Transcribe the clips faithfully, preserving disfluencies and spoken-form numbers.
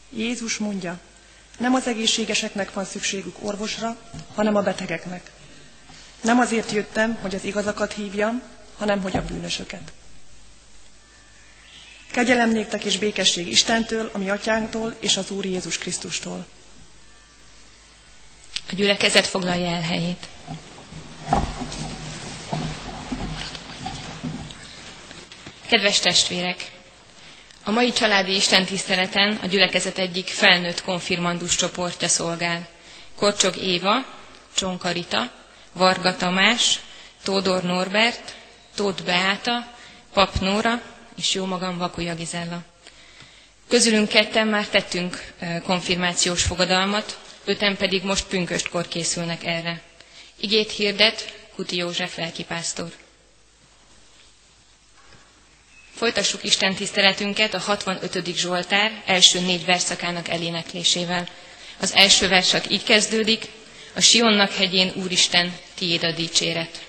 Jézus mondja, nem az egészségeseknek van szükségük orvosra, hanem a betegeknek. Nem azért jöttem, hogy az igazakat hívjam, hanem hogy a bűnösöket. Kegyelem néktek és békesség Istentől, a mi atyánktól és az Úr Jézus Krisztustól. A gyülekezet foglalja el helyét. Kedves testvérek! A mai családi istentiszteleten a gyülekezet egyik felnőtt konfirmandus csoportja szolgál. Korcsog Éva, Csonka Rita, Varga Tamás, Tódor Norbert, Tóth Beáta, Pap Nóra és jó magam Vakulya Gizella. Közülünk ketten már tettünk konfirmációs fogadalmat, öten pedig most pünköstkor készülnek erre. Igét hirdet Kuti József lelkipásztor. Folytassuk Isten tiszteletünket a hatvanötödik Zsoltár első négy verszakának eléneklésével. Az első verszak így kezdődik: a Sionnak hegyén, Úristen, tiéd a dicséret.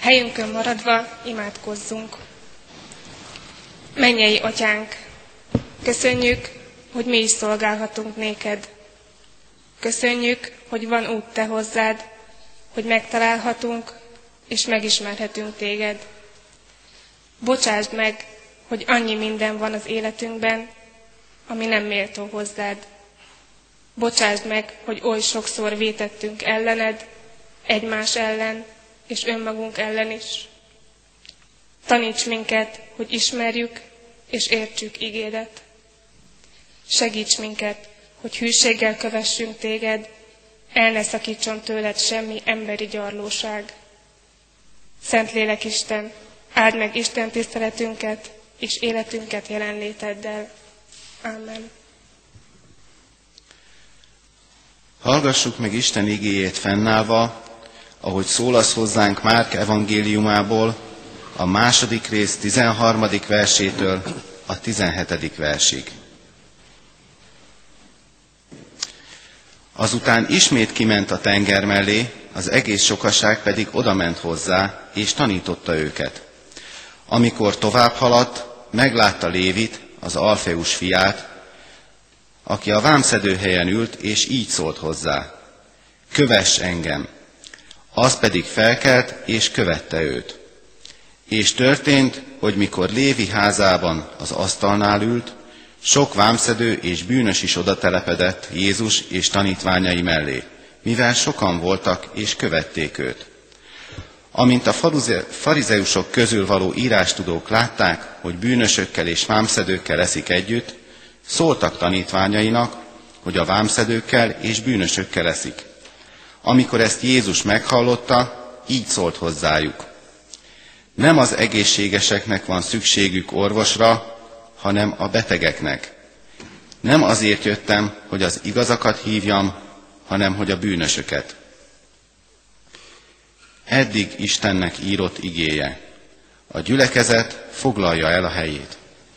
Helyünkön maradva imádkozzunk. Mennyei Atyánk, köszönjük, hogy mi is szolgálhatunk néked. Köszönjük, hogy van út te hozzád, hogy megtalálhatunk és megismerhetünk téged. Bocsásd meg, hogy annyi minden van az életünkben, ami nem méltó hozzád. Bocsásd meg, hogy oly sokszor vétettünk ellened, egymás ellen és önmagunk ellen is. Taníts minket, hogy ismerjük és értsük igédet. Segíts minket, hogy hűséggel kövessünk téged, el ne szakítson tőled semmi emberi gyarlóság. Szentlélek Isten, áld meg Isten tiszteletünket és életünket jelenléteddel. Amen. Hallgassuk meg Isten igéjét fennállva, ahogy szólasz hozzánk Márk evangéliumából, a második rész tizenharmadik versétől a tizenhetedik versig. Azután ismét kiment a tenger mellé, az egész sokaság pedig odament hozzá, és tanította őket. Amikor tovább haladt, meglátta Lévit, az Alfeus fiát, aki a vámszedőhelyen ült, és így szólt hozzá: kövess engem! Az pedig felkelt, és követte őt. És történt, hogy mikor Lévi házában az asztalnál ült, sok vámszedő és bűnös is oda telepedett Jézus és tanítványai mellé, mivel sokan voltak és követték őt. Amint a farizeusok közül való írástudók látták, hogy bűnösökkel és vámszedőkkel eszik együtt, szóltak tanítványainak, hogy a vámszedőkkel és bűnösökkel eszik. Amikor ezt Jézus meghallotta, így szólt hozzájuk: nem az egészségeseknek van szükségük orvosra, hanem a betegeknek. Nem azért jöttem, hogy az igazakat hívjam, hanem hogy a bűnösöket. Eddig Istennek írott igéje. A gyülekezet foglalja el a helyét.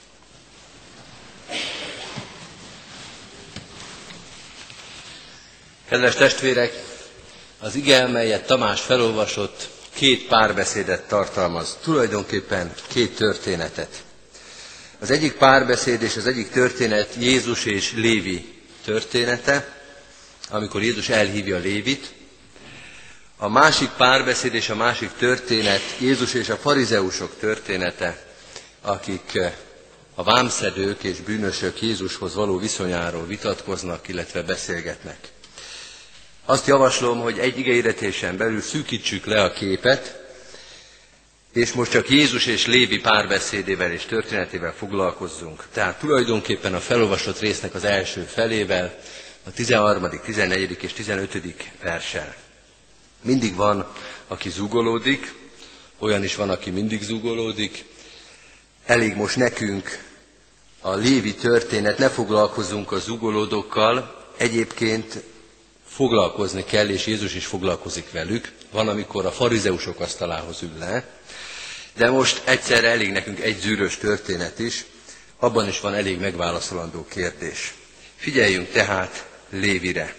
Kedves testvérek, az ige, melyet Tamás felolvasott, két párbeszédet tartalmaz, tulajdonképpen két történetet. Az egyik párbeszéd és az egyik történet Jézus és Lévi története, amikor Jézus elhívja Lévit. A másik párbeszéd és a másik történet Jézus és a farizeusok története, akik a vámszedők és bűnösök Jézushoz való viszonyáról vitatkoznak, illetve beszélgetnek. Azt javaslom, hogy egy igeiretésen belül szűkítsük le a képet, és most csak Jézus és Lévi párbeszédével és történetével foglalkozzunk. Tehát tulajdonképpen a felolvasott résznek az első felével, a tizenharmadik, tizennegyedik és tizenötödik verssel. Mindig van, aki zúgolódik, olyan is van, aki mindig zúgolódik. Elég most nekünk a Lévi történet, ne foglalkozzunk a zúgolódókkal, egyébként foglalkozni kell, és Jézus is foglalkozik velük. Van, amikor a farizeusok asztalához ül le, de most egyszerre elég nekünk egy zűrös történet is, abban is van elég megválaszolandó kérdés. Figyeljünk tehát Lévire.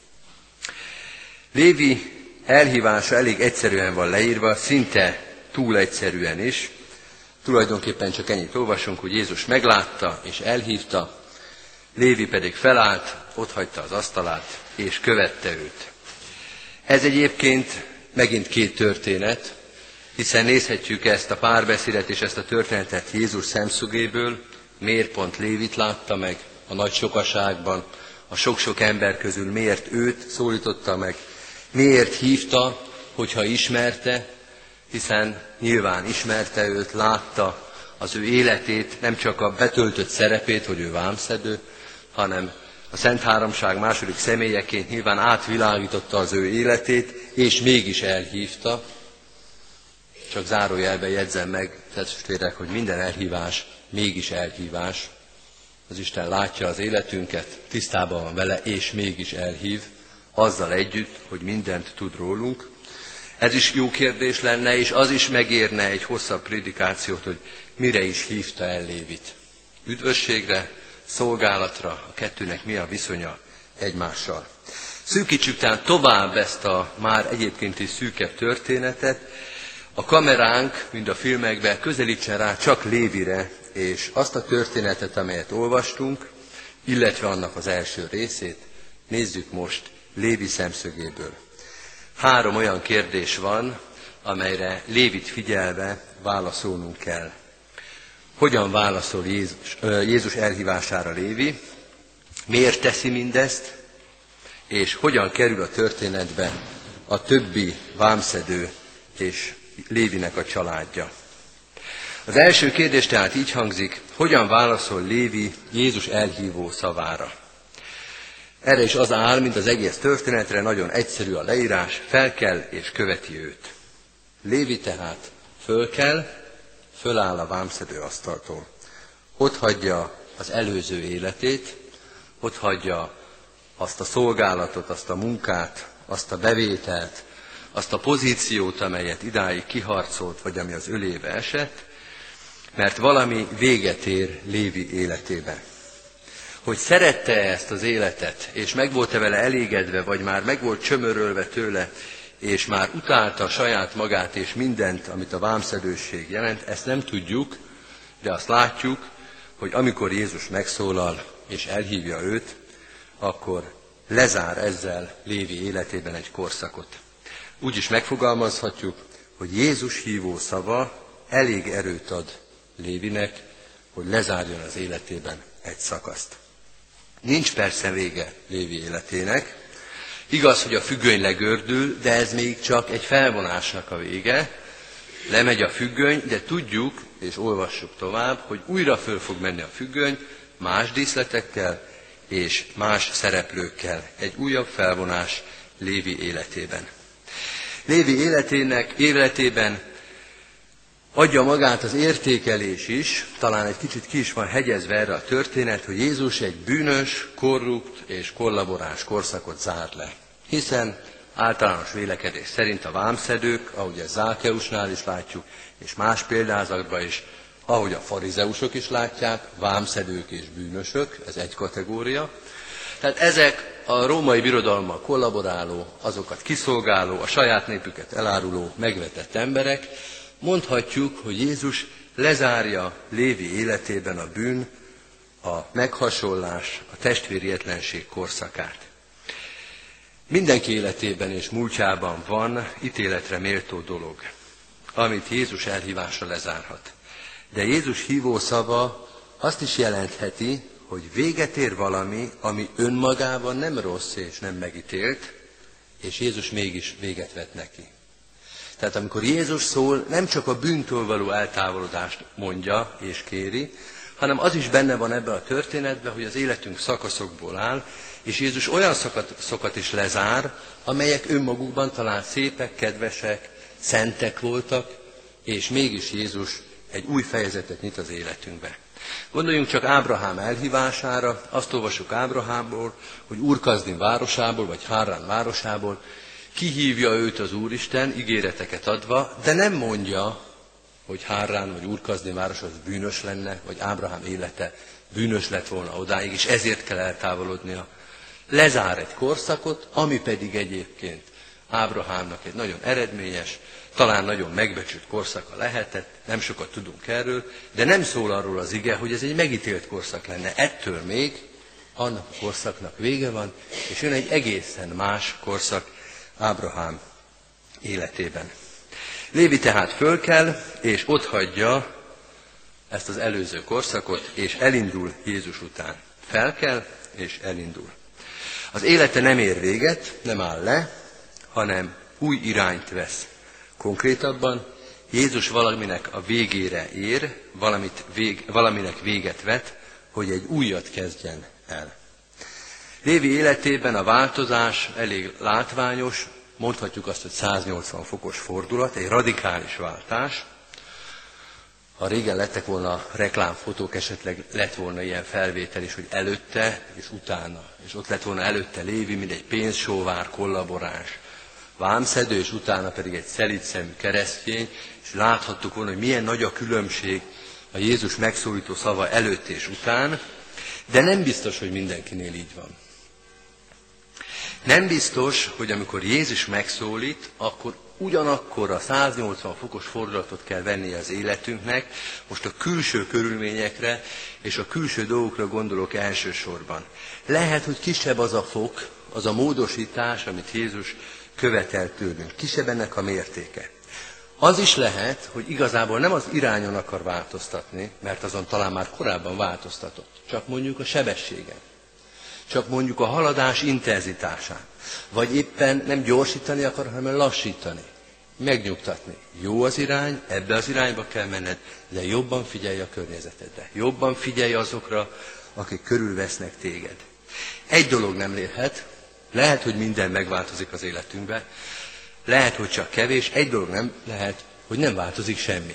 Lévi elhívása elég egyszerűen van leírva, szinte túl egyszerűen is. Tulajdonképpen csak ennyit olvasunk, hogy Jézus meglátta és elhívta, Lévi pedig felállt, otthagyta az asztalát és követte őt. Ez egyébként megint két történet, hiszen nézhetjük ezt a párbeszédet és ezt a történetet Jézus szemszögéből, miért pont Lévit látta meg a nagy sokaságban, a sok-sok ember közül miért őt szólította meg, miért hívta, hogyha ismerte, hiszen nyilván ismerte őt, látta az ő életét, nem csak a betöltött szerepét, hogy ő vámszedő, hanem a Szent Háromság második személyeként nyilván átvilágította az ő életét, és mégis elhívta. Csak zárójelben jegyzem meg, testvérek, hogy minden elhívás mégis elhívás. Az Isten látja az életünket, tisztában van vele, és mégis elhív, azzal együtt, hogy mindent tud rólunk. Ez is jó kérdés lenne, és az is megérne egy hosszabb prédikációt, hogy mire is hívta el Lévit. Üdvösségre, szolgálatra, a kettőnek mi a viszonya egymással. Szűkítsük tehát tovább ezt a már egyébként is szűkebb történetet. a kameránk, mint a filmekben, közelítsen rá csak Lévire, és azt a történetet, amelyet olvastunk, illetve annak az első részét, nézzük most Lévi szemszögéből. Három olyan kérdés van, amelyre Lévit figyelve válaszolnunk kell. Hogyan válaszol Jézus, Jézus elhívására Lévi? Miért teszi mindezt? És hogyan kerül a történetbe a többi vámszedő és Lévinek a családja? Az első kérdés tehát így hangzik, hogyan válaszol Lévi Jézus elhívó szavára? Erre is az áll, mint az egész történetre, nagyon egyszerű a leírás, felkel és követi őt. Lévi tehát fölkel, föláll a vámszedő asztaltól. Ott hagyja az előző életét, ott hagyja azt a szolgálatot, azt a munkát, azt a bevételt, azt a pozíciót, amelyet idáig kiharcolt, vagy ami az ölébe esett, mert valami véget ér Lévi életében. Hogy szerette ezt az életet, és meg volt-e vele elégedve, vagy már meg volt csömörölve tőle, és már utálta saját magát és mindent, amit a vámszedőség jelent, ezt nem tudjuk, de azt látjuk, hogy amikor Jézus megszólal és elhívja őt, akkor lezár ezzel Lévi életében egy korszakot. Úgy is megfogalmazhatjuk, hogy Jézus hívó szava elég erőt ad Lévinek, hogy lezárjon az életében egy szakaszt. Nincs persze vége Lévi életének. Igaz, hogy a függöny legördül, de ez még csak egy felvonásnak a vége. Lemegy a függöny, de tudjuk, és olvassuk tovább, hogy újra föl fog menni a függöny más díszletekkel és más szereplőkkel. Egy újabb felvonás Lévi életében. Lévi életének, életében adja magát az értékelés is, talán egy kicsit ki is van hegyezve erre a történet, hogy Jézus egy bűnös, korrupt és kollaboráns korszakot zárt le. Hiszen általános vélekedés szerint a vámszedők, ahogy ezt Zákeusnál is látjuk, és más példázatban is, ahogy a farizeusok is látják, vámszedők és bűnösök, ez egy kategória. Tehát ezek a római birodalommal kollaboráló, azokat kiszolgáló, a saját népüket eláruló, megvetett emberek. Mondhatjuk, hogy Jézus lezárja Lévi életében a bűn, a meghasonlás, a testvérietlenség korszakát. Mindenki életében és múltjában van ítéletre méltó dolog, amit Jézus elhívása lezárhat. De Jézus hívó szava azt is jelentheti, hogy véget ér valami, ami önmagában nem rossz és nem megítélt, és Jézus mégis véget vet neki. Tehát amikor Jézus szól, nem csak a bűntől való eltávolodást mondja és kéri, hanem az is benne van ebben a történetben, hogy az életünk szakaszokból áll, és Jézus olyan szakaszokat is lezár, amelyek önmagukban talán szépek, kedvesek, szentek voltak, és mégis Jézus egy új fejezetet nyit az életünkbe. Gondoljunk csak Ábrahám elhívására, azt olvassuk Ábrahámból, hogy Úr-Kasdim városából, vagy Hárrán városából, kihívja őt az Úristen, ígéreteket adva, de nem mondja, hogy Hárrán vagy Úr-Kasdim város az bűnös lenne, vagy Ábrahám élete bűnös lett volna odáig, és ezért kell eltávolodnia. Lezár egy korszakot, ami pedig egyébként Ábrahámnak egy nagyon eredményes, talán nagyon megbecsült korszaka lehetett, nem sokat tudunk erről, de nem szól arról az ige, hogy ez egy megítélt korszak lenne. Ettől még annak a korszaknak vége van, és jön egy egészen más korszak Ábrahám életében. Lévi tehát fölkel, és otthagyja ezt az előző korszakot, és elindul Jézus után. Felkel, és elindul. Az élete nem ér véget, nem áll le, hanem új irányt vesz. Konkrétabban Jézus valaminek a végére ér, valamit vég, valaminek véget vet, hogy egy újat kezdjen el. Lévi életében a változás elég látványos, mondhatjuk azt, hogy száznyolcvan fokos fordulat, egy radikális váltás. Ha régen lettek volna reklámfotók, esetleg lett volna ilyen felvétel is, hogy előtte és utána. És ott lett volna előtte Lévi, mint egy pénzsóvár, kollaboráns vámszedő, és utána pedig egy szelídszemű keresztény, és láthattuk volna, hogy milyen nagy a különbség a Jézus megszólító szava előtt és után, de nem biztos, hogy mindenkinél így van. Nem biztos, hogy amikor Jézus megszólít, akkor ugyanakkor a száznyolcvan fokos fordulatot kell venni az életünknek, most a külső körülményekre és a külső dolgokra gondolok elsősorban. Lehet, hogy kisebb az a fok, az a módosítás, amit Jézus követel tőlünk. Kisebb ennek a mértéke. Az is lehet, hogy igazából nem az irányon akar változtatni, mert azon talán már korábban változtatott, csak mondjuk a sebességen, csak mondjuk a haladás intenzitásán, vagy éppen nem gyorsítani akar, hanem lassítani, megnyugtatni. Jó az irány, ebbe az irányba kell menned, de jobban figyelj a környezetedre, jobban figyelj azokra, akik körülvesznek téged. Egy dolog nem lehet, lehet, hogy minden megváltozik az életünkben, lehet, hogy csak kevés, egy dolog nem lehet, hogy nem változik semmi.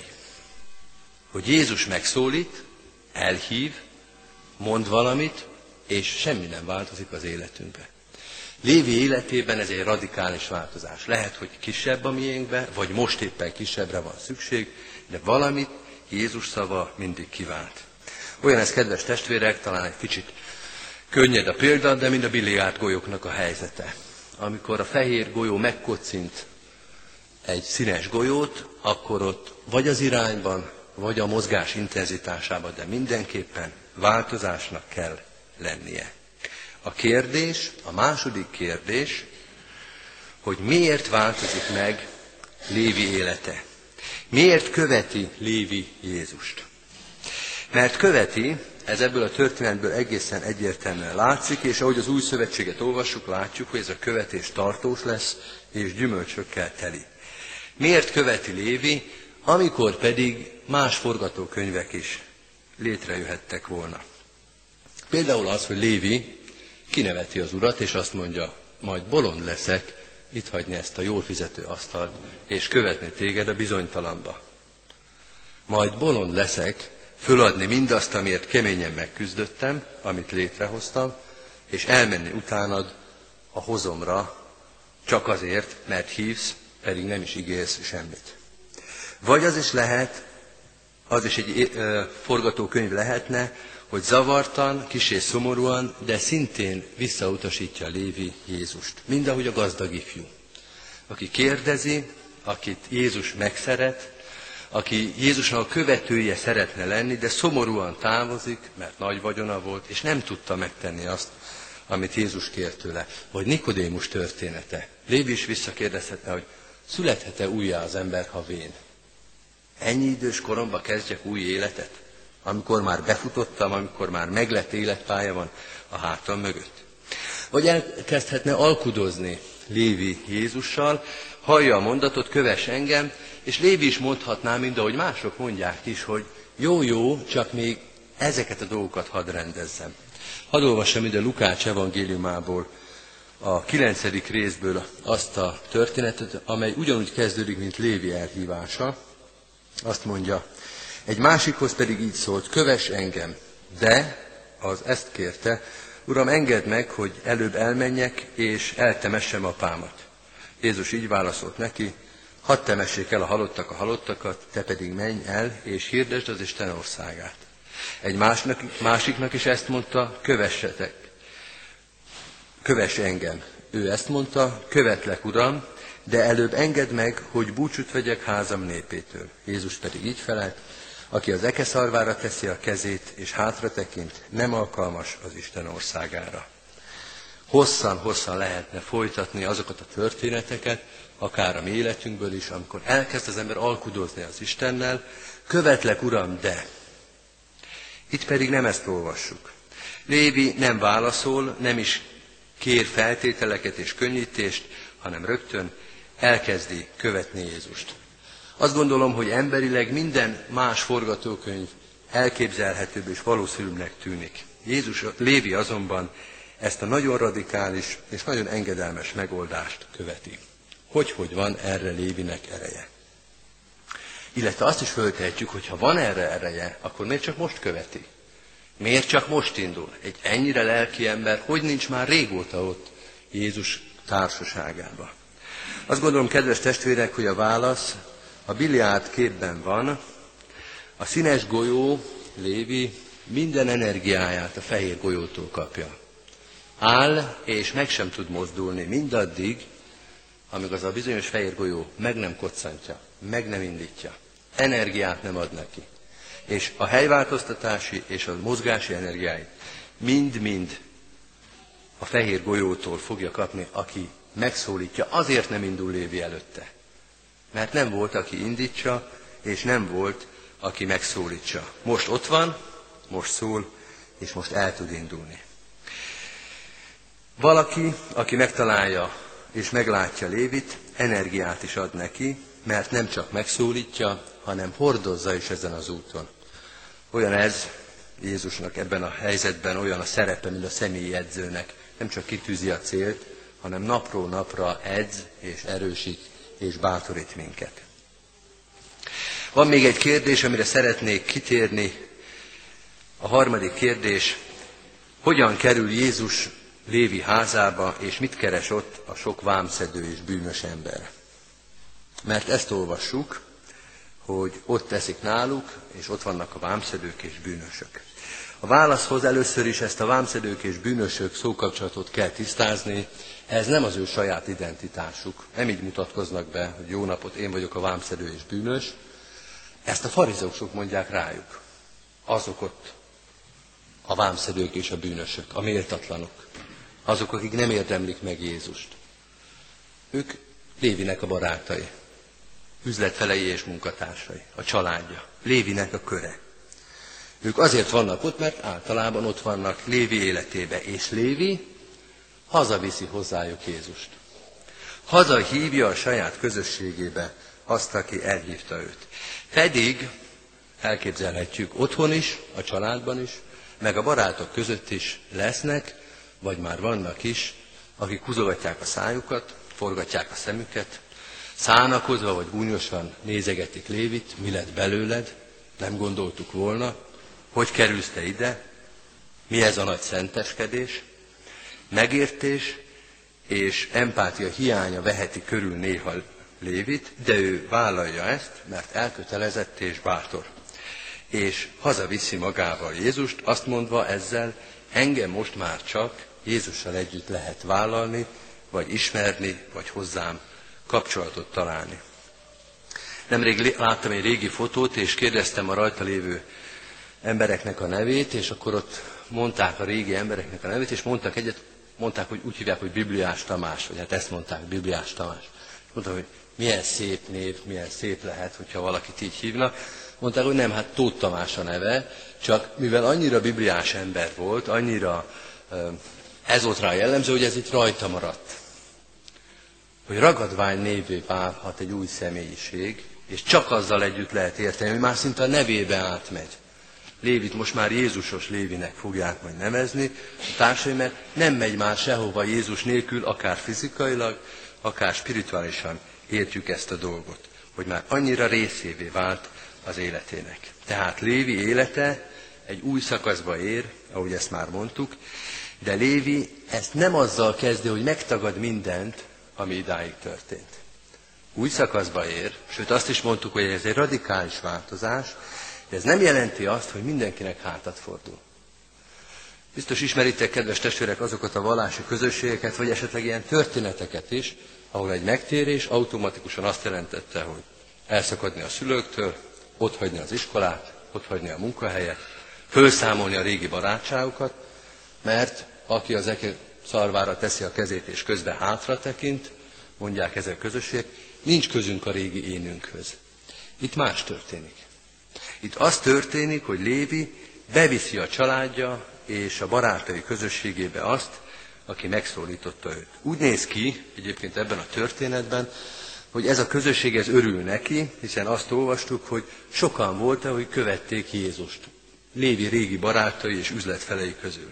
Hogy Jézus megszólít, elhív, mond valamit, és semmi nem változik az életünkben. Lévi életében ez egy radikális változás. Lehet, hogy kisebb a miénkben, vagy most éppen kisebbre van szükség, de valamit Jézus szava mindig kivált. Olyan ez, kedves testvérek, talán egy kicsit könnyed a példa, de mind a biliárd golyóknak a helyzete. Amikor a fehér golyó megkocint egy színes golyót, akkor ott vagy az irányban, vagy a mozgás intenzitásában, de mindenképpen változásnak kell lennie. A kérdés, a második kérdés, hogy miért változik meg Lévi élete? Miért követi Lévi Jézust? Mert követi, ez ebből a történetből egészen egyértelműen látszik, és ahogy az új szövetséget olvassuk, látjuk, hogy ez a követés tartós lesz, és gyümölcsökkel teli. Miért követi Lévi, amikor pedig más forgatókönyvek is létrejöhettek volna? Például az, hogy Lévi kineveti az urat, és azt mondja, majd bolond leszek itt hagyni ezt a jól fizető asztalt, és követni téged a bizonytalanba. Majd bolond leszek föladni mindazt, amiért keményen megküzdöttem, amit létrehoztam, és elmenni utánad a hozomra, csak azért, mert hívsz, pedig nem is ígérsz semmit. Vagy az is lehet, az is egy ö, forgatókönyv lehetne, hogy zavartan, kissé szomorúan, de szintén visszautasítja Lévi Jézust. Mindahogy a gazdag ifjú, aki kérdezi, akit Jézus megszeret, aki Jézusnak a követője szeretne lenni, de szomorúan távozik, mert nagy vagyona volt, és nem tudta megtenni azt, amit Jézus kért tőle. Vagy Nikodémus története. Lévi is visszakérdezhetne, hogy születhet-e újjá az ember, ha vén? Ennyi idős koromban kezdjek új életet? Amikor már befutottam, amikor már meglett életpálya van a hátam mögött. Vagy elkezdhetne alkudozni Lévi Jézussal, hallja a mondatot, kövess engem, és Lévi is mondhatná, mind ahogy mások mondják is, hogy jó, jó, csak még ezeket a dolgokat hadd rendezzem. Hadd olvassam ide Lukács evangéliumából, a kilencedik részből azt a történetet, amely ugyanúgy kezdődik, mint Lévi elhívása. Azt mondja, egy másikhoz pedig így szólt, kövess engem, de az ezt kérte, Uram, engedd meg, hogy előbb elmenjek, és eltemessem apámat. Jézus így válaszolt neki, hadd temessék el a halottak a halottakat, te pedig menj el, és hirdesd az Isten országát. Egy másnak, másiknak is ezt mondta, kövessetek, kövess engem. Ő ezt mondta, követlek, Uram, de előbb engedd meg, hogy búcsút vegyek házam népétől. Jézus pedig így felelt, aki az ekeszarvára teszi a kezét, és hátra tekint, nem alkalmas az Isten országára. Hosszan-hosszan lehetne folytatni azokat a történeteket, akár a mi életünkből is, amikor elkezd az ember alkudozni az Istennel, követlek, Uram, de. Itt pedig nem ezt olvassuk. Lévi nem válaszol, nem is kér feltételeket és könnyítést, hanem rögtön elkezdi követni Jézust. Azt gondolom, hogy emberileg minden más forgatókönyv elképzelhetőbb és valószínűbbnek tűnik. Jézus, Lévi azonban ezt a nagyon radikális és nagyon engedelmes megoldást követi. Hogy, hogy van erre Lévinek ereje? Illetve azt is föltehetjük, hogy ha van erre ereje, akkor miért csak most követi? Miért csak most indul? Egy ennyire lelki ember, hogy nincs már régóta ott Jézus társaságában? Azt gondolom, kedves testvérek, hogy a válasz a biliárd képben van. A színes golyó, Lévi, minden energiáját a fehér golyótól kapja. Áll, és meg sem tud mozdulni mindaddig, amíg az a bizonyos fehér golyó meg nem koccantja, meg nem indítja, energiát nem ad neki, és a helyváltoztatási és a mozgási energiáit mind-mind a fehér golyótól fogja kapni, aki megszólítja, azért nem indul Lévi előtte. Mert nem volt, aki indítsa, és nem volt, aki megszólítsa. Most ott van, most szól, és most el tud indulni. Valaki, aki megtalálja és meglátja Lévit, energiát is ad neki, mert nem csak megszólítja, hanem hordozza is ezen az úton. Olyan ez Jézusnak ebben a helyzetben, olyan a szerepe, mint a személyi edzőnek. Nem csak kitűzi a célt, hanem napról napra edz és erősít és bátorít minket. Van még egy kérdés, amire szeretnék kitérni. A harmadik kérdés, hogyan kerül Jézus Lévi házába, és mit keres ott a sok vámszedő és bűnös ember? Mert ezt olvassuk, hogy ott teszik náluk, és ott vannak a vámszedők és bűnösök. A válaszhoz először is ezt a vámszedők és bűnösök szókapcsolatot kell tisztázni. Ez nem az ő saját identitásuk. Nem így mutatkoznak be, hogy jó napot, én vagyok a vámszedő és bűnös. Ezt a farizeusok mondják rájuk. Azok ott a vámszedők és a bűnösök, a méltatlanok. Azok, akik nem érdemlik meg Jézust. Ők Lévinek a barátai, üzletfelei és munkatársai, a családja, Lévinek a köre. Ők azért vannak ott, mert általában ott vannak Lévi életébe, és Lévi hazaviszi hozzájuk Jézust. Haza hívja a saját közösségébe azt, aki elhívta őt. Pedig elképzelhetjük otthon is, a családban is, meg a barátok között is lesznek, vagy már vannak is, akik húzogatják a szájukat, forgatják a szemüket, szánakozva vagy gúnyosan nézegetik Lévit, mi lett belőled, nem gondoltuk volna, hogy kerülsz te ide, mi ez a nagy szenteskedés. Megértés és empátia hiánya veheti körül néha Lévit, de ő vállalja ezt, mert elkötelezett és bátor. És hazaviszi magával Jézust, azt mondva ezzel, engem most már csak Jézussal együtt lehet vállalni, vagy ismerni, vagy hozzám kapcsolatot találni. Nemrég láttam egy régi fotót, és kérdeztem a rajta lévő embereknek a nevét, és akkor ott mondták a régi embereknek a nevét, és mondtak egyet, mondták, hogy úgy hívják, hogy Bibliás Tamás, vagy hát ezt mondták, Bibliás Tamás. Mondtam, hogy milyen szép név, milyen szép lehet, hogyha valakit így hívnak. Mondták, hogy nem, hát Tóth Tamás a neve, csak mivel annyira bibliás ember volt, annyira ez volt rá jellemző, hogy ez itt rajta maradt. Hogy ragadvány névé válhat egy új személyiség, és csak azzal együtt lehet érteni, hogy már szinte a nevébe átmegy. Lévit most már Jézusos Lévinek fogják majd nevezni, a társai, mert nem megy már sehova Jézus nélkül, akár fizikailag, akár spirituálisan értjük ezt a dolgot, hogy már annyira részévé vált az életének. Tehát Lévi élete egy új szakaszba ér, ahogy ezt már mondtuk, de Lévi ezt nem azzal kezdi, hogy megtagad mindent, ami idáig történt. Új szakaszba ér, sőt azt is mondtuk, hogy ez egy radikális változás, de ez nem jelenti azt, hogy mindenkinek hátat fordul. Biztos ismeritek, kedves testvérek, azokat a vallási közösségeket, vagy esetleg ilyen történeteket is, ahol egy megtérés automatikusan azt jelentette, hogy elszakadni a szülőktől, otthagyni az iskolát, otthagyni a munkahelyet, fölszámolni a régi barátságokat, mert aki az eke szarvára teszi a kezét és közben hátra tekint, mondják ezek a közösségek, nincs közünk a régi énünkhöz. Itt más történik. Itt az történik, hogy Lévi beviszi a családja és a barátai közösségébe azt, aki megszólította őt. Úgy néz ki, egyébként ebben a történetben, hogy ez a közösség ez örül neki, hiszen azt olvastuk, hogy sokan voltak, hogy követték Jézust. Lévi régi barátai és üzletfelei közül.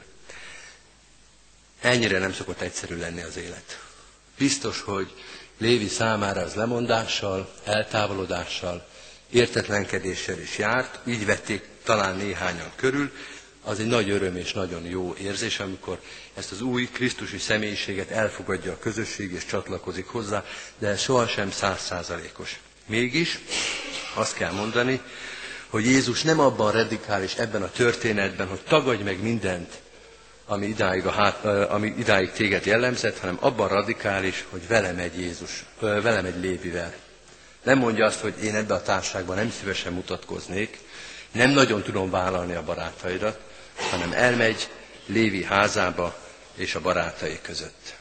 Ennyire nem szokott egyszerű lenni az élet. Biztos, hogy Lévi számára az lemondással, eltávolodással, értetlenkedéssel is járt, így vették talán néhányan körül, az egy nagy öröm és nagyon jó érzés, amikor ezt az új krisztusi személyiséget elfogadja a közösség és csatlakozik hozzá, de ez sohasem százszázalékos. Mégis azt kell mondani, hogy Jézus nem abban radikális ebben a történetben, hogy tagadj meg mindent, ami idáig, a hát, ami idáig téged jellemzett, hanem abban radikális, hogy vele megy Jézus, vele megy Lévivel. Nem mondja azt, hogy én ebbe a társaságban nem szívesen mutatkoznék, nem nagyon tudom vállalni a barátaidat, hanem elmegy Lévi házába és a barátai között.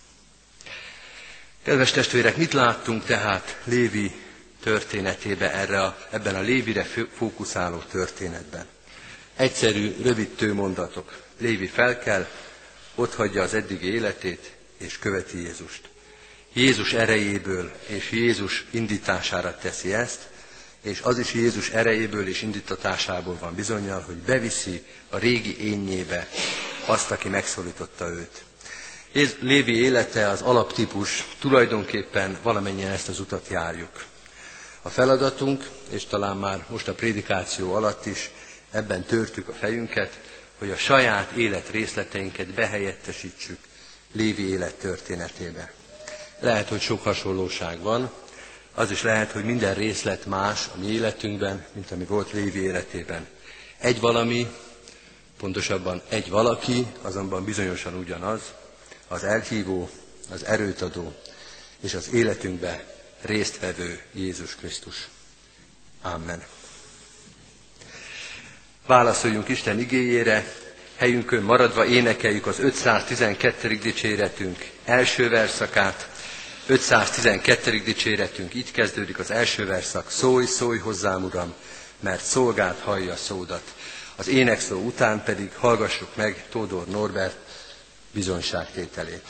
Kedves testvérek, mit láttunk tehát Lévi történetébe, erre a, ebben a Lévire fókuszáló történetben? Egyszerű, rövid tőmondatok. Lévi felkel, otthagyja az eddigi életét, és követi Jézust. Jézus erejéből és Jézus indítására teszi ezt, és az is Jézus erejéből és indítatásából van bizonnyal, hogy beviszi a régi énnyébe azt, aki megszólította őt. Lévi élete az alaptípus, tulajdonképpen valamennyien ezt az utat járjuk. A feladatunk, és talán már most a prédikáció alatt is ebben törtük a fejünket, hogy a saját élet részleteinket behelyettesítsük Lévi élet történetébe. Lehet, hogy sok hasonlóság van, az is lehet, hogy minden részlet más a mi életünkben, mint ami volt Lévi életében. Egy valami, pontosabban egy valaki, azonban bizonyosan ugyanaz, az elhívó, az erőt adó és az életünkbe résztvevő Jézus Krisztus. Amen. Válaszoljunk Isten igéjére, helyünkön maradva énekeljük az ötszáztizenkettedik dicséretünk első verszakát. ötszáztizenkettedik dicséretünk így kezdődik, az első verszak: Szólj, szólj hozzám, Uram, mert szolgád hallja szódat. Az énekszó után pedig hallgassuk meg Tódor Norbert bizonyságtételét.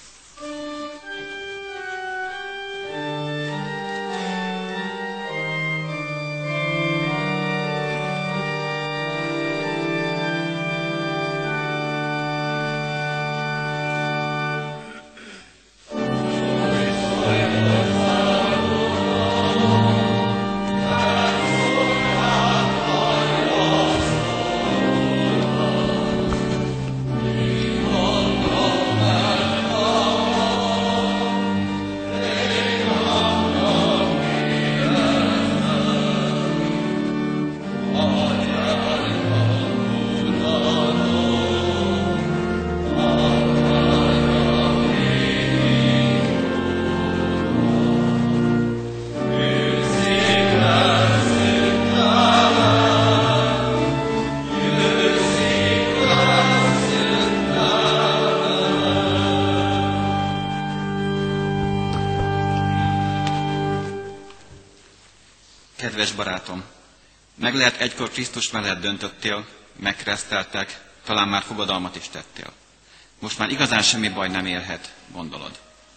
Kedves barátom, meg lehet egykor Krisztus mellett döntöttél, megkereszteltek, talán már fogadalmat is tettél. Most már igazán semmi baj nem érhet, gondolod.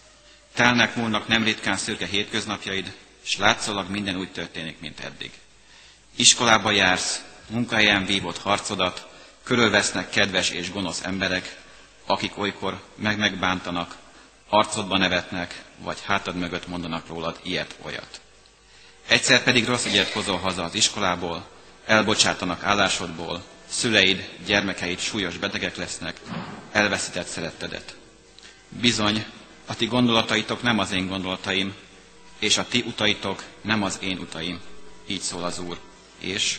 Telnek, múlnak nem ritkán szürke hétköznapjaid, s látszólag minden úgy történik, mint eddig. Iskolába jársz, munkahelyen vívott harcodat, körülvesznek kedves és gonosz emberek, akik olykor meg-megbántanak, arcodba nevetnek, vagy hátad mögött mondanak rólad ilyet-olyat. Egyszer pedig rossz ügyet hozol haza az iskolából, elbocsátanak állásodból, szüleid, gyermekeid súlyos betegek lesznek, elveszített szerettedet. Bizony, a ti gondolataitok nem az én gondolataim, és a ti utaitok nem az én utaim, így szól az Úr. És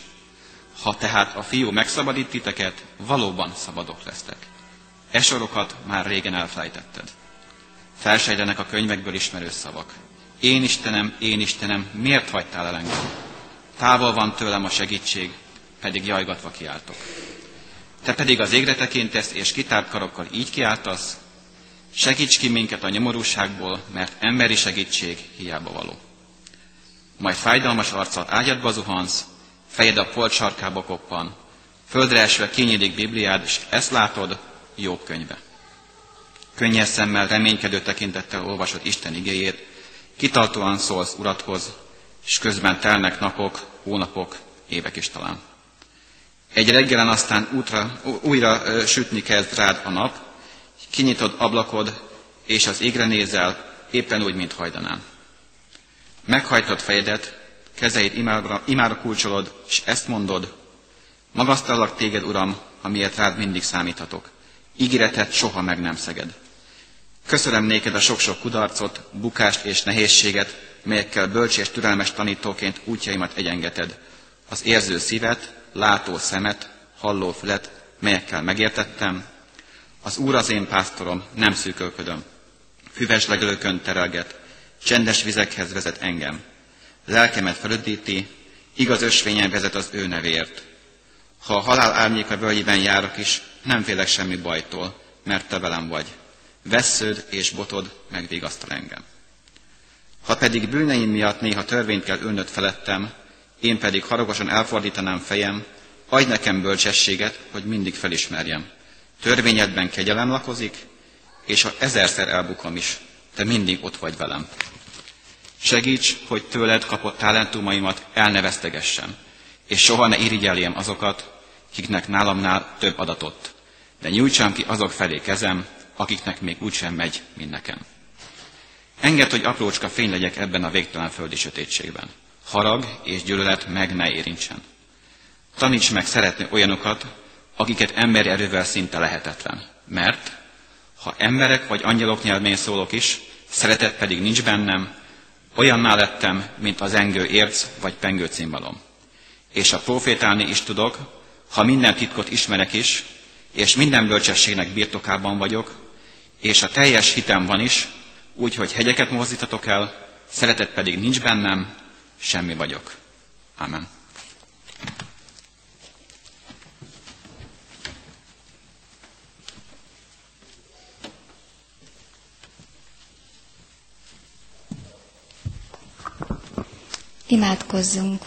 ha tehát a fiú megszabadít titeket, valóban szabadok lesztek. E sorokat már régen elfelejtetted. Felsejlenek a könyvekből ismerő szavak. Én Istenem, én Istenem, miért hagytál el engem? Távol van tőlem a segítség, pedig jajgatva kiáltok. Te pedig az égre tekintesz, és kitárt karokkal így kiáltasz: segíts ki minket a nyomorúságból, mert emberi segítség hiába való. Majd fájdalmas arccal ágyadba zuhansz, fejed a polt sarkába koppan, földre esve kinyílik Bibliád, és ezt látod, Jobb könyve. Könnyes szemmel, reménykedő tekintettel olvasod Isten igéjét, kitartóan szólsz Uradhoz, és közben telnek napok, hónapok, évek is talán. Egy reggelen aztán útra, újra ö, sütni kezd rád a nap, kinyitod ablakod, és az égre nézel, éppen úgy, mint hajdanán. Meghajtod fejedet, kezeid imára, imára kulcsolod, és ezt mondod: magasztallak téged, Uram, amiért rád mindig számíthatok. Ígéretet soha meg nem szeged. Köszönöm néked a sok-sok kudarcot, bukást és nehézséget, melyekkel bölcs és türelmes tanítóként útjaimat egyengeted. Az érző szívet, látó szemet, halló fület, melyekkel megértettem, Az Úr az én pásztorom, nem szűkölködöm. Füves legelőkön terelget, csendes vizekhez vezet engem. Lelkemet felüdíti, igaz ösvényen vezet az ő nevéért. Ha a halál árnyéka völgyében járok is, nem félek semmi bajtól, mert te velem vagy. Vessződ és botod megvigasztal engem. Ha pedig bűneim miatt néha törvényt kell ülnöd felettem, én pedig haragosan elfordítanám fejem, adj nekem bölcsességet, hogy mindig felismerjem. Törvényedben kegyelem lakozik, és ha ezerszer elbukom is, te mindig ott vagy velem. Segíts, hogy tőled kapott talentumaimat el ne vesztegessem, és soha ne irigyeljem azokat, kiknek nálamnál több adatot, de nyújtsam ki azok felé kezem, akiknek még úgysem megy, mint nekem. Engedd, hogy aprócska fény legyek ebben a végtelen földi sötétségben. Harag és gyűlölet meg ne érintsen. Taníts meg szeretni olyanokat, akiket emberi erővel szinte lehetetlen. Mert ha emberek vagy angyalok nyelvén szólok is, szeretet pedig nincs bennem, olyanná lettem, mint az engő érc vagy pengő cimbalom. És ha profétálni is tudok, ha minden titkot ismerek is, és minden bölcsességnek birtokában vagyok, és a teljes hitem van is, úgy, hogy hegyeket mozdítatok el, szeretet pedig nincs bennem, semmi vagyok. Amen. Imádkozzunk!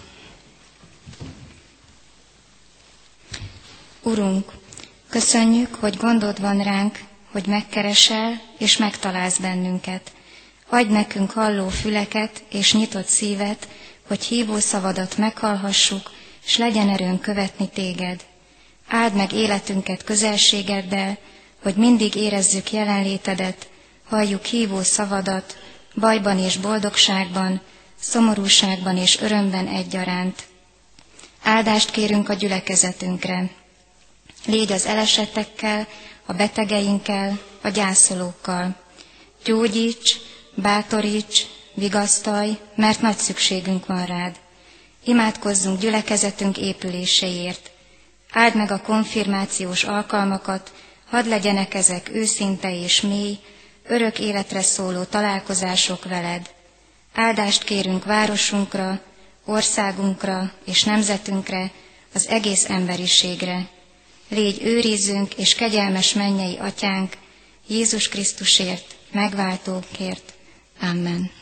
Urunk, köszönjük, hogy gondod van ránk, hogy megkeresel és megtalálsz bennünket. Adj nekünk halló füleket és nyitott szívet, hogy hívó szavadat meghallhassuk, s legyen erőnk követni téged. Áld meg életünket közelségeddel, hogy mindig érezzük jelenlétedet, halljuk hívó szavadat, bajban és boldogságban, szomorúságban és örömben egyaránt. Áldást kérünk a gyülekezetünkre. Légy az elesettekkel, a betegeinkkel, a gyászolókkal. Gyógyíts, bátoríts, vigasztalj, mert nagy szükségünk van rád. Imádkozzunk gyülekezetünk épüléséért. Áld meg a konfirmációs alkalmakat, hadd legyenek ezek őszinte és mély, örök életre szóló találkozások veled. Áldást kérünk városunkra, országunkra és nemzetünkre, az egész emberiségre. Légy őrizőnk és kegyelmes mennyei atyánk, Jézus Krisztusért, megváltókért. Amen.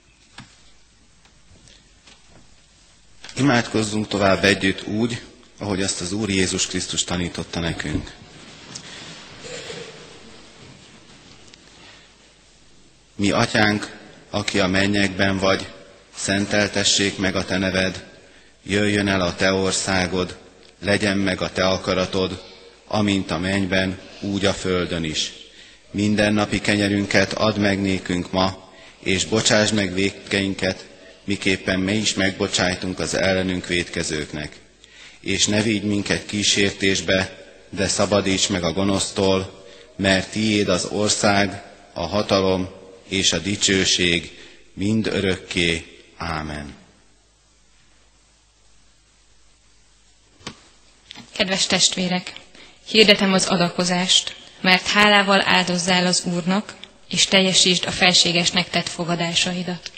Imádkozzunk tovább együtt úgy, ahogy azt az Úr Jézus Krisztus tanította nekünk. Mi atyánk, aki a mennyekben vagy, szenteltessék meg a te neved, jöjjön el a te országod, legyen meg a te akaratod, amint a mennyben, úgy a földön is. Mindennapi kenyerünket add meg nékünk ma, és bocsásd meg vétkeinket, miképpen mi is megbocsájtunk az ellenünk vétkezőknek. És ne vigy minket kísértésbe, de szabadíts meg a gonosztól, mert tiéd az ország, a hatalom és a dicsőség mind örökké. Ámen. Kedves testvérek, hirdetem az adakozást, mert hálával áldozzál az Úrnak, és teljesítsd a felségesnek tett fogadásaidat.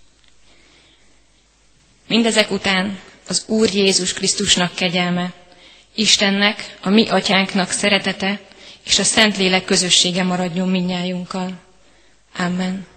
Mindezek után az Úr Jézus Krisztusnak kegyelme, Istennek, a mi atyánknak szeretete, és a Szentlélek közössége maradjon mindnyájunkkal. Amen.